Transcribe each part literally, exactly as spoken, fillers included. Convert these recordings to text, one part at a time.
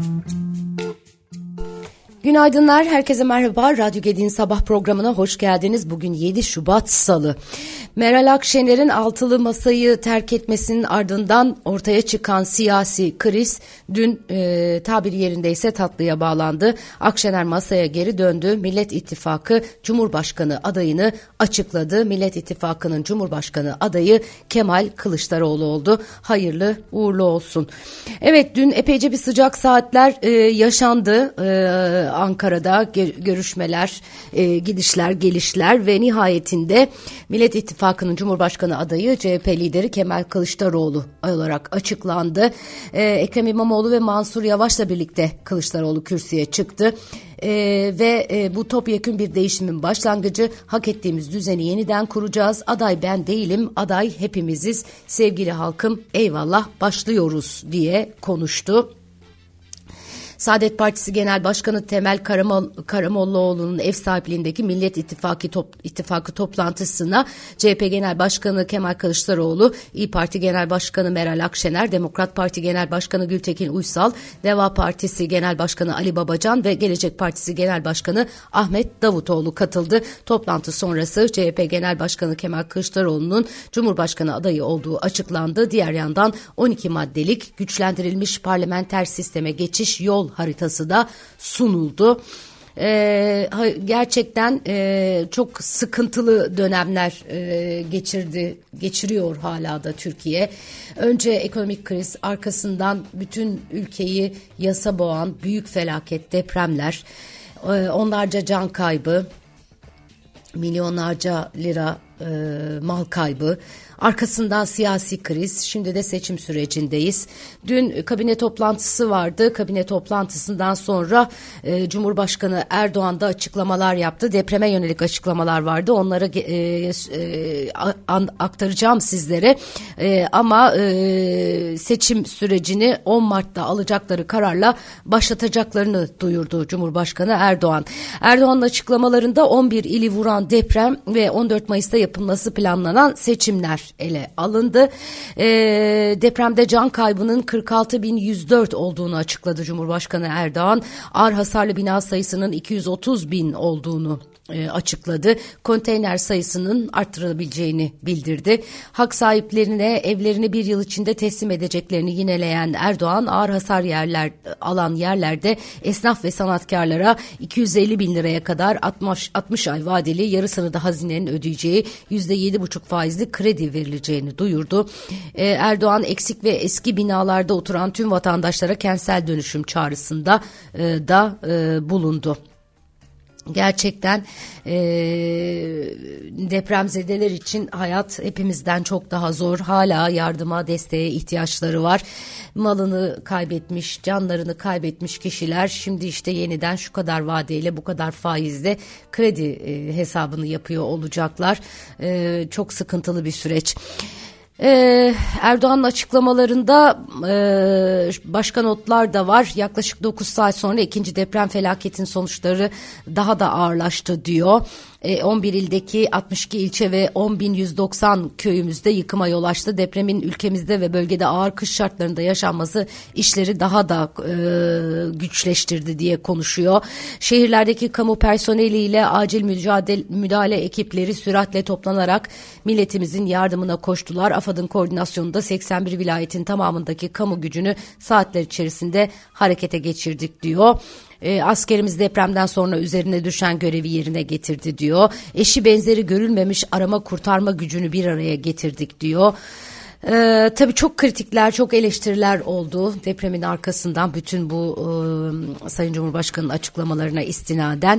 Günaydınlar, herkese merhaba. Radyo Gedi'nin sabah programına hoş geldiniz. Bugün yedi Şubat Salı. Meral Akşener'in altılı masayı terk etmesinin ardından ortaya çıkan siyasi kriz dün e, tabiri yerindeyse tatlıya bağlandı. Akşener masaya geri döndü. Millet İttifakı Cumhurbaşkanı adayını açıkladı. Millet İttifakı'nın Cumhurbaşkanı adayı Kemal Kılıçdaroğlu oldu. Hayırlı uğurlu olsun. Evet, dün epeyce bir sıcak saatler e, yaşandı. E, Ankara'da görüşmeler, e, gidişler, gelişler ve nihayetinde Millet İttifakı'nın Cumhurbaşkanı adayı C H P lideri Kemal Kılıçdaroğlu olarak açıklandı. E, Ekrem İmamoğlu ve Mansur Yavaş'la birlikte Kılıçdaroğlu kürsüye çıktı. Ee, ve e, bu topyekün bir değişimin başlangıcı. Hak ettiğimiz düzeni yeniden kuracağız. Aday ben değilim, aday hepimiziz. Sevgili halkım, eyvallah, başlıyoruz diye konuştu. Saadet Partisi Genel Başkanı Temel Karamol, Karamollaoğlu'nun ev sahipliğindeki Millet İttifakı, top, İttifakı toplantısına C H P Genel Başkanı Kemal Kılıçdaroğlu, İYİ Parti Genel Başkanı Meral Akşener, Demokrat Parti Genel Başkanı Gültekin Uysal, Deva Partisi Genel Başkanı Ali Babacan ve Gelecek Partisi Genel Başkanı Ahmet Davutoğlu katıldı. Toplantı sonrası C H P Genel Başkanı Kemal Kılıçdaroğlu'nun Cumhurbaşkanı adayı olduğu açıklandı. Diğer yandan on iki maddelik güçlendirilmiş parlamenter sisteme geçiş yol haritası da sunuldu. Ee, gerçekten e, çok sıkıntılı dönemler e, geçirdi, geçiriyor hala da Türkiye. Önce ekonomik kriz, arkasından bütün ülkeyi yasa boğan büyük felaket, depremler, e, onlarca can kaybı, milyonlarca lira e, mal kaybı. Arkasından siyasi kriz, şimdi de seçim sürecindeyiz. Dün kabine toplantısı vardı. Kabine toplantısından sonra e, Cumhurbaşkanı Erdoğan da açıklamalar yaptı. Depreme yönelik açıklamalar vardı. Onları e, e, an, aktaracağım sizlere. E, ama e, seçim sürecini on Mart'ta alacakları kararla başlatacaklarını duyurdu Cumhurbaşkanı Erdoğan. Erdoğan'ın açıklamalarında on bir ili vuran deprem ve on dört Mayıs'ta yapılması planlanan seçimler ele alındı. E, depremde can kaybının kırk altı bin yüz dört olduğunu açıkladı Cumhurbaşkanı Erdoğan. Ağır hasarlı bina sayısının iki yüz otuz bin olduğunu e, açıkladı. Konteyner sayısının arttırılabileceğini bildirdi. Hak sahiplerine evlerini bir yıl içinde teslim edeceklerini yineleyen Erdoğan, ağır hasar yerler alan yerlerde esnaf ve sanatkarlara iki yüz elli bin liraya kadar altmış, altmış ay vadeli, yarısını da hazinenin ödeyeceği yüzde yedi buçuk faizli kredi verileceğini duyurdu. Ee, Erdoğan eksik ve eski binalarda oturan tüm vatandaşlara kentsel dönüşüm çağrısında e, da e, bulundu. Gerçekten e, depremzedeler için hayat hepimizden çok daha zor. Hala yardıma, desteğe ihtiyaçları var. Malını kaybetmiş, canlarını kaybetmiş kişiler şimdi işte yeniden şu kadar vadeyle, bu kadar faizle kredi e, hesabını yapıyor olacaklar. E, çok sıkıntılı bir süreç. Ee, Erdoğan'ın açıklamalarında e, başka notlar da var. Yaklaşık dokuz saat sonra ikinci deprem felaketinin sonuçları daha da ağırlaştı diyor. on bir ildeki altmış iki ilçe ve on bin yüz doksan köyümüzde yıkıma yol açtı. Depremin ülkemizde ve bölgede ağır kış şartlarında yaşanması işleri daha da e, güçleştirdi diye konuşuyor. Şehirlerdeki kamu personeliyle acil mücadele, müdahale ekipleri süratle toplanarak milletimizin yardımına koştular. AFAD'ın koordinasyonunda seksen bir vilayetin tamamındaki kamu gücünü saatler içerisinde harekete geçirdik diyor. E, askerimiz depremden sonra üzerine düşen görevi yerine getirdi diyor. Eşi benzeri görülmemiş arama kurtarma gücünü bir araya getirdik diyor. Ee, tabii çok kritikler, çok eleştiriler oldu depremin arkasından bütün bu e, Sayın Cumhurbaşkanı'nın açıklamalarına istinaden.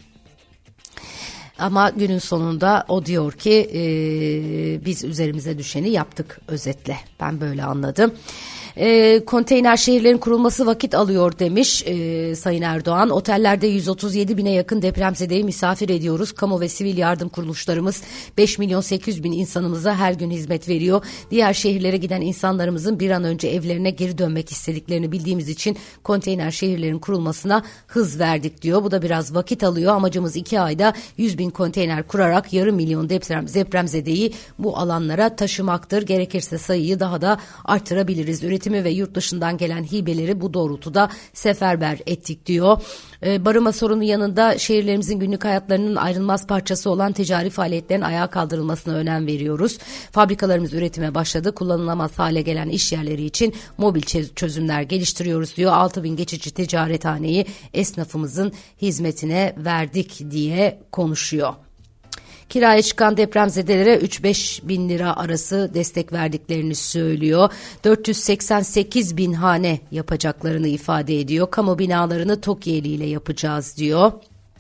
Ama günün sonunda o diyor ki e, biz üzerimize düşeni yaptık özetle. Ben böyle anladım. E, konteyner şehirlerin kurulması vakit alıyor demiş e, Sayın Erdoğan. Otellerde yüz otuz yedi bine yakın depremzedeyi misafir ediyoruz. Kamu ve sivil yardım kuruluşlarımız beş milyon sekiz yüz bin insanımıza her gün hizmet veriyor. Diğer şehirlere giden insanlarımızın bir an önce evlerine geri dönmek istediklerini bildiğimiz için konteyner şehirlerin kurulmasına hız verdik diyor. Bu da biraz vakit alıyor. Amacımız iki ayda yüz bin konteyner kurarak yarım milyon deprem, depremzedeyi bu alanlara taşımaktır. Gerekirse sayıyı daha da artırabiliriz. Üretimi ve yurt dışından gelen hibeleri bu doğrultuda seferber ettik diyor. Ee, barınma sorunu yanında şehirlerimizin günlük hayatlarının ayrılmaz parçası olan ticari faaliyetlerin ayağa kaldırılmasına önem veriyoruz. Fabrikalarımız üretime başladı. Kullanılamaz hale gelen iş yerleri için mobil çözümler geliştiriyoruz diyor. altı bin geçici ticarethaneyi esnafımızın hizmetine verdik diye konuşuyor. Kiraya çıkan depremzedelere üç beş bin lira arası destek verdiklerini söylüyor. dört yüz seksen sekiz bin hane yapacaklarını ifade ediyor. Kamu binalarını TOKİ eliyle yapacağız diyor.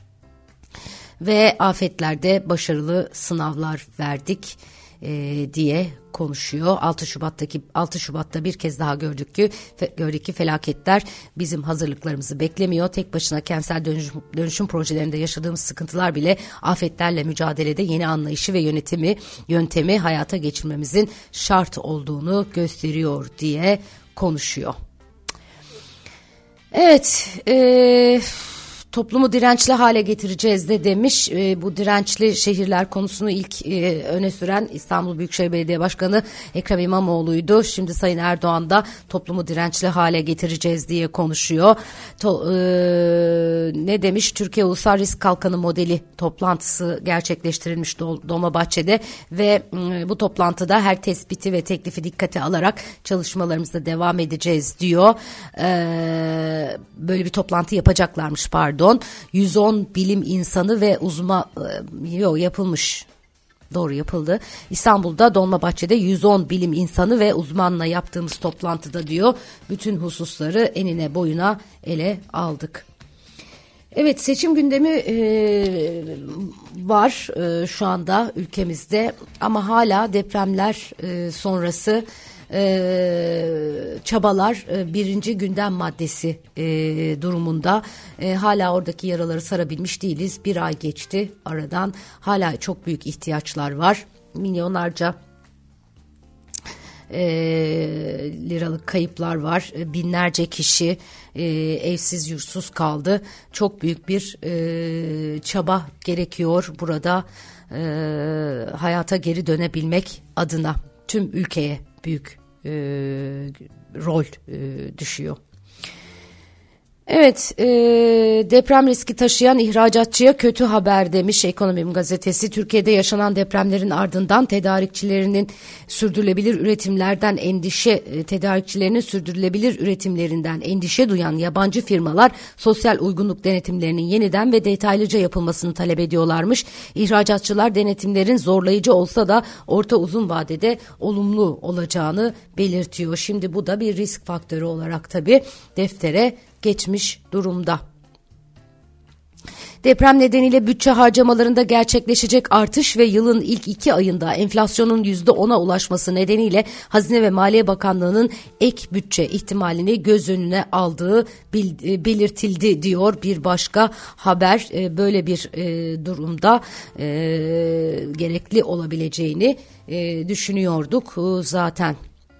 Ve afetlerde başarılı sınavlar verdik e, diye konuşuyor. altı Şubat'taki altı Şubat'ta bir kez daha gördük ki gördük ki felaketler bizim hazırlıklarımızı beklemiyor. Tek başına kentsel dönüşüm, dönüşüm projelerinde yaşadığımız sıkıntılar bile afetlerle mücadelede yeni anlayışı ve yönetimi yöntemi hayata geçirmemizin şart olduğunu gösteriyor diye konuşuyor. Evet, eee toplumu dirençli hale getireceğiz de demiş. E, bu dirençli şehirler konusunu ilk e, öne süren İstanbul Büyükşehir Belediye Başkanı Ekrem İmamoğlu'ydu. Şimdi Sayın Erdoğan da toplumu dirençli hale getireceğiz diye konuşuyor. To, e, ne demiş? Türkiye Ulusal Risk Kalkanı modeli toplantısı gerçekleştirilmiş Dolmabahçe'de ve e, bu toplantıda her tespiti ve teklifi dikkate alarak çalışmalarımıza devam edeceğiz diyor. E, böyle bir toplantı yapacaklarmış pardon. yüz on bilim insanı ve uzman yok yapılmış. Doğru yapıldı. İstanbul'da Dolmabahçe'de yüz on bilim insanı ve uzmanla yaptığımız toplantıda diyor bütün hususları enine boyuna ele aldık. Evet, seçim gündemi e, var e, şu anda ülkemizde ama hala depremler e, sonrası Ee, çabalar e, birinci gündem maddesi e, durumunda. E, hala oradaki yaraları sarabilmiş değiliz. Bir ay geçti aradan. Hala çok büyük ihtiyaçlar var. Milyonlarca e, liralık kayıplar var. E, binlerce kişi e, evsiz yursuz kaldı. Çok büyük bir e, çaba gerekiyor burada e, hayata geri dönebilmek adına. Tüm ülkeye büyük e, rol e, düşüyor. Evet, e, deprem riski taşıyan ihracatçıya kötü haber demiş Ekonomim gazetesi. Türkiye'de yaşanan depremlerin ardından tedarikçilerinin sürdürülebilir üretimlerden endişe, e, tedarikçilerinin sürdürülebilir üretimlerinden endişe duyan yabancı firmalar sosyal uygunluk denetimlerinin yeniden ve detaylıca yapılmasını talep ediyorlarmış. İhracatçılar denetimlerin zorlayıcı olsa da orta uzun vadede olumlu olacağını belirtiyor. Şimdi bu da bir risk faktörü olarak tabii deftere geçmiş durumda. Deprem nedeniyle bütçe harcamalarında gerçekleşecek artış ve yılın ilk iki ayında enflasyonun yüzde ona ulaşması nedeniyle Hazine ve Maliye Bakanlığı'nın ek bütçe ihtimalini göz önüne aldığı belirtildi diyor bir başka haber. Böyle bir durumda gerekli olabileceğini düşünüyorduk zaten.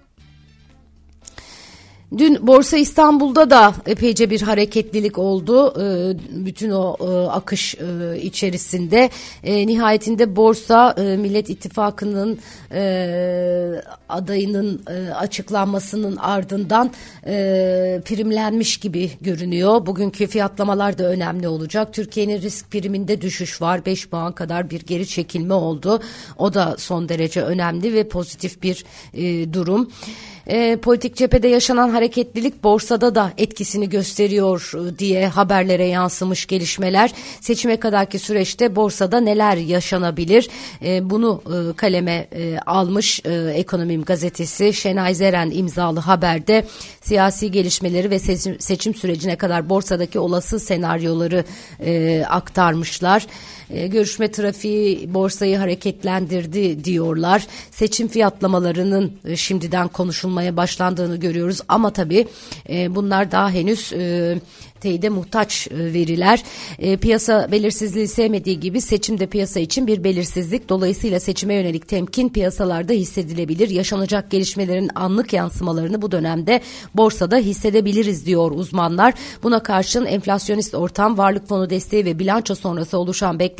Dün Borsa İstanbul'da da epeyce bir hareketlilik oldu. Bütün o akış içerisinde. Nihayetinde borsa Millet İttifakı'nın adayının açıklanmasının ardından primlenmiş gibi görünüyor. Bugünkü fiyatlamalar da önemli olacak. Türkiye'nin risk priminde düşüş var. beş puan kadar bir geri çekilme oldu. O da son derece önemli ve pozitif bir durum. E, politik cephede yaşanan hareketlilik borsada da etkisini gösteriyor diye haberlere yansımış gelişmeler. Seçime kadarki süreçte borsada neler yaşanabilir? E, bunu e, kaleme e, almış e, Ekonomim gazetesi. Şenay Zeren imzalı haberde siyasi gelişmeleri ve seçim, seçim sürecine kadar borsadaki olası senaryoları e, aktarmışlar. E, görüşme trafiği borsayı hareketlendirdi diyorlar. Seçim fiyatlamalarının e, şimdiden konuşulmaya başlandığını görüyoruz ama tabii e, bunlar daha henüz e, teyide muhtaç veriler. E, piyasa belirsizliği sevmediği gibi seçimde piyasa için bir belirsizlik. Dolayısıyla seçime yönelik temkin piyasalarda hissedilebilir. Yaşanacak gelişmelerin anlık yansımalarını bu dönemde borsada hissedebiliriz diyor uzmanlar. Buna karşın enflasyonist ortam, varlık fonu desteği ve bilanço sonrası oluşan beklenti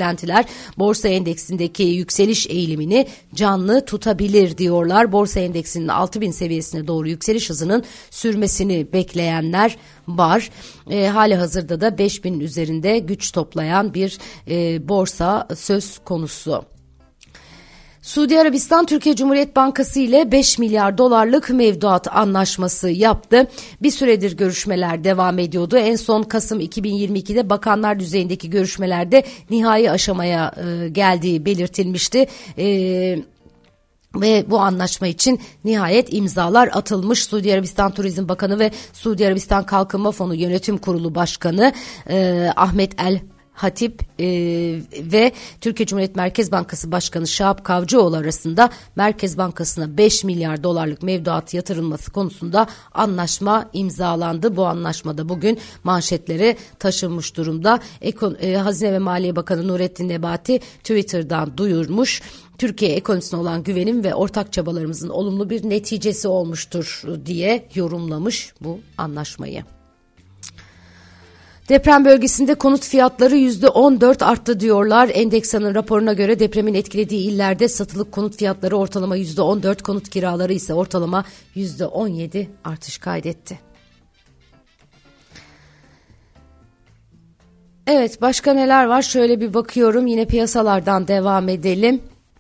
beklentiler borsa endeksindeki yükseliş eğilimini canlı tutabilir diyorlar. Borsa endeksinin altı bin seviyesine doğru yükseliş hızının sürmesini bekleyenler var. E, hali hazırda da beş binin üzerinde güç toplayan bir e, borsa söz konusu. Suudi Arabistan Türkiye Cumhuriyet Bankası ile beş milyar dolarlık mevduat anlaşması yaptı. Bir süredir görüşmeler devam ediyordu. En son Kasım iki bin yirmi ikide bakanlar düzeyindeki görüşmelerde nihai aşamaya e, geldiği belirtilmişti. E, Ve bu anlaşma için nihayet imzalar atılmış. Suudi Arabistan Turizm Bakanı ve Suudi Arabistan Kalkınma Fonu Yönetim Kurulu Başkanı e, Ahmet El Hatip e, ve Türkiye Cumhuriyet Merkez Bankası Başkanı Şahap Kavcıoğlu arasında Merkez Bankası'na beş milyar dolarlık mevduat yatırılması konusunda anlaşma imzalandı. Bu anlaşmada bugün manşetlere taşınmış durumda. Ekon, e, Hazine ve Maliye Bakanı Nurettin Nebati Twitter'dan duyurmuş. Türkiye ekonomisine olan güvenim ve ortak çabalarımızın olumlu bir neticesi olmuştur diye yorumlamış bu anlaşmayı. Deprem bölgesinde konut fiyatları yüzde on dört arttı diyorlar. Endeksan'ın raporuna göre depremin etkilediği illerde satılık konut fiyatları ortalama yüzde on dört, konut kiraları ise ortalama yüzde on yedi artış kaydetti. Evet, başka neler var? Şöyle bir bakıyorum, yine piyasalardan devam edelim.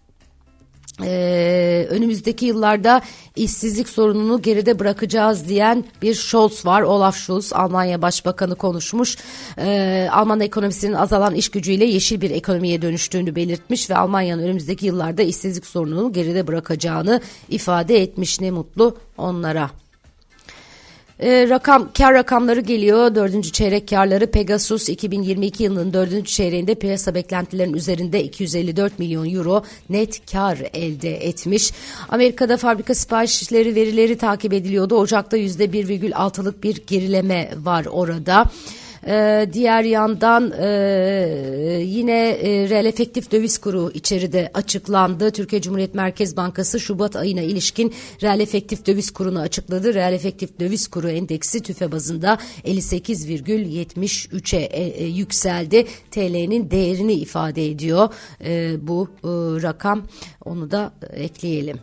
Ee, önümüzdeki yıllarda işsizlik sorununu geride bırakacağız diyen bir Scholz var. Olaf Scholz, Almanya Başbakanı konuşmuş. Ee, Alman ekonomisinin azalan iş gücüyle yeşil bir ekonomiye dönüştüğünü belirtmiş ve Almanya'nın önümüzdeki yıllarda işsizlik sorununu geride bırakacağını ifade etmiş. Ne mutlu onlara. E, rakam kar rakamları geliyor. Dördüncü çeyrek karları Pegasus iki bin yirmi iki yılının dördüncü çeyreğinde piyasa beklentilerinin üzerinde iki yüz elli dört milyon euro net kar elde etmiş. Amerika'da fabrika siparişleri verileri takip ediliyordu. Ocak'ta yüzde bir virgül altılık bir gerileme var orada. Ee, diğer yandan e, yine e, reel efektif döviz kuru içeride açıklandı. Türkiye Cumhuriyet Merkez Bankası Şubat ayına ilişkin reel efektif döviz kurunu açıkladı. Reel efektif döviz kuru endeksi tüfe bazında elli sekiz virgül yetmiş üçe e, e, yükseldi. T L'nin değerini ifade ediyor e, bu e, rakam. Onu da ekleyelim.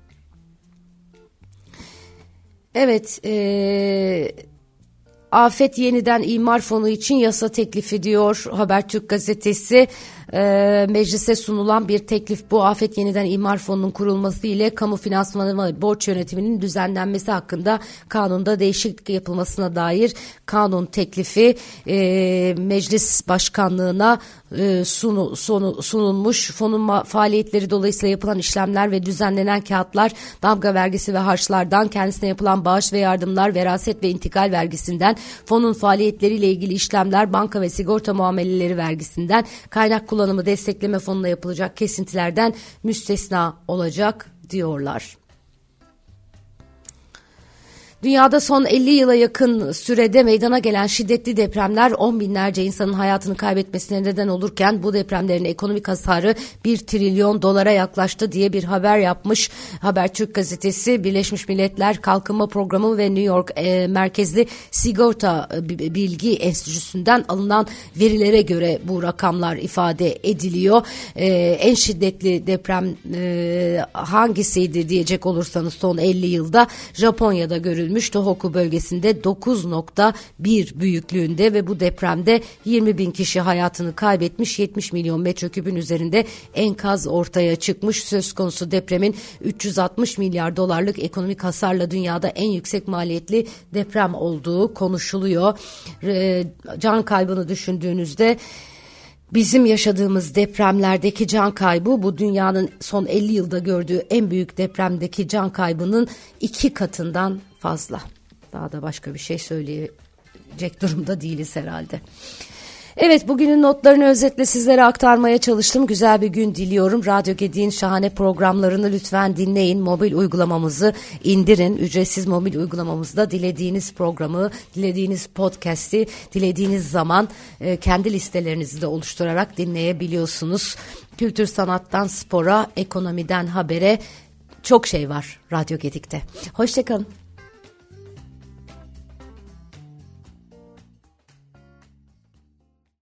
Evet, eee Afet Yeniden İmar Fonu için yasa teklifi diyor Habertürk gazetesi. E, meclise sunulan bir teklif bu. Afet Yeniden İmar Fonu'nun kurulması ile kamu finansmanı ve borç yönetiminin düzenlenmesi hakkında kanunda değişiklik yapılmasına dair kanun teklifi e, meclis başkanlığına e, sunu, sonu, sunulmuş. Fonun faaliyetleri dolayısıyla yapılan işlemler ve düzenlenen kağıtlar, damga vergisi ve harçlardan, kendisine yapılan bağış ve yardımlar, veraset ve intikal vergisinden, fonun faaliyetleriyle ilgili işlemler, banka ve sigorta muameleleri vergisinden, kaynak kullanımı destekleme fonuna yapılacak kesintilerden müstesna olacak diyorlar. Dünyada son elli yıla yakın sürede meydana gelen şiddetli depremler on binlerce insanın hayatını kaybetmesine neden olurken bu depremlerin ekonomik hasarı bir trilyon dolara yaklaştı diye bir haber yapmış Habertürk gazetesi. Birleşmiş Milletler Kalkınma Programı ve New York e, merkezli Sigorta Bilgi Enstitüsü'nden alınan verilere göre bu rakamlar ifade ediliyor. E, en şiddetli deprem e, hangisiydi diyecek olursanız son elli yılda Japonya'da görülmüş. Tohoku bölgesinde dokuz nokta bir büyüklüğünde ve bu depremde yirmi bin kişi hayatını kaybetmiş, yetmiş milyon metreküpün üzerinde enkaz ortaya çıkmış. Söz konusu depremin üç yüz altmış milyar dolarlık ekonomik hasarla dünyada en yüksek maliyetli deprem olduğu konuşuluyor. Can kaybını düşündüğünüzde bizim yaşadığımız depremlerdeki can kaybı bu dünyanın son elli yılda gördüğü en büyük depremdeki can kaybının iki katından fazla. Daha da başka bir şey söyleyecek durumda değiliz herhalde. Evet, bugünün notlarını özetle sizlere aktarmaya çalıştım. Güzel bir gün diliyorum. Radyo Gedi'nin şahane programlarını lütfen dinleyin. Mobil uygulamamızı indirin. Ücretsiz mobil uygulamamızda dilediğiniz programı, dilediğiniz podcast'i, dilediğiniz zaman e, kendi listelerinizi de oluşturarak dinleyebiliyorsunuz. Kültür sanattan spora, ekonomiden habere çok şey var Radyo Gedik'te. Hoşçakalın.